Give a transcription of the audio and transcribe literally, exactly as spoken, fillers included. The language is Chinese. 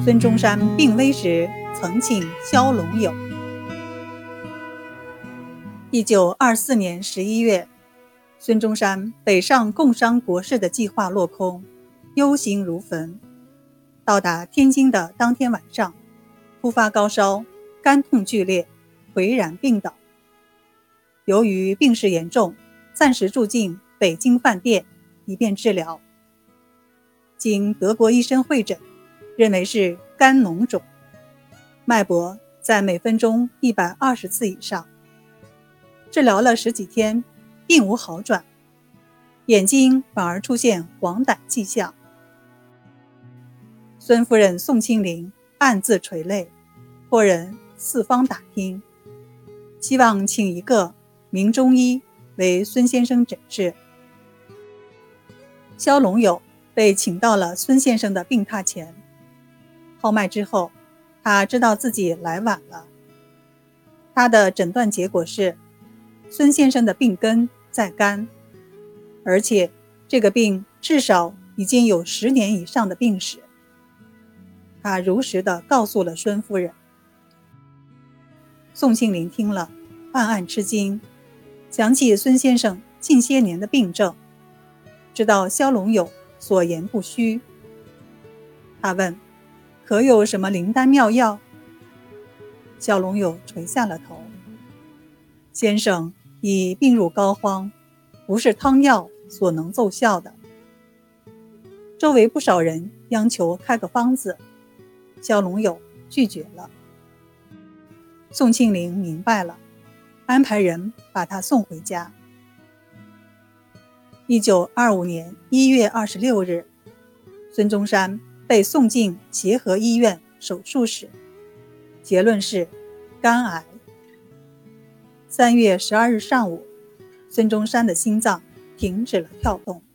孙中山病危时曾请萧龙友。一九二四年十一月，孙中山北上共商国事的计划落空，忧心如焚。到达天津的当天晚上，突发高烧，肝痛剧烈，颓然病倒。由于病势严重，暂时住进北京饭店，以便治疗。经德国医生会诊，认为是肝脓肿，脉搏在每分钟一百二十次以上。治疗了十几天，并无好转，眼睛反而出现黄疸迹象。孙夫人宋庆龄暗自垂泪，托人四方打听，希望请一个名中医为孙先生诊治。萧龙友被请到了孙先生的病榻前，号脉之后，他知道自己来晚了。他的诊断结果是，孙先生的病根在肝，而且这个病至少已经有十年以上的病史。他如实地告诉了孙夫人。宋庆龄听了，暗暗吃惊，想起孙先生近些年的病症，知道萧龙友所言不虚。他问：可有什么灵丹妙药？萧龙友垂下了头。先生已病入膏肓，不是汤药所能奏效的。周围不少人央求开个方子，萧龙友拒绝了。宋庆龄明白了，安排人把他送回家。一九二五年一月二十六日，孙中山被送进协和医院手术室，结论是肝癌。三月十二日上午，孙中山的心脏停止了跳动。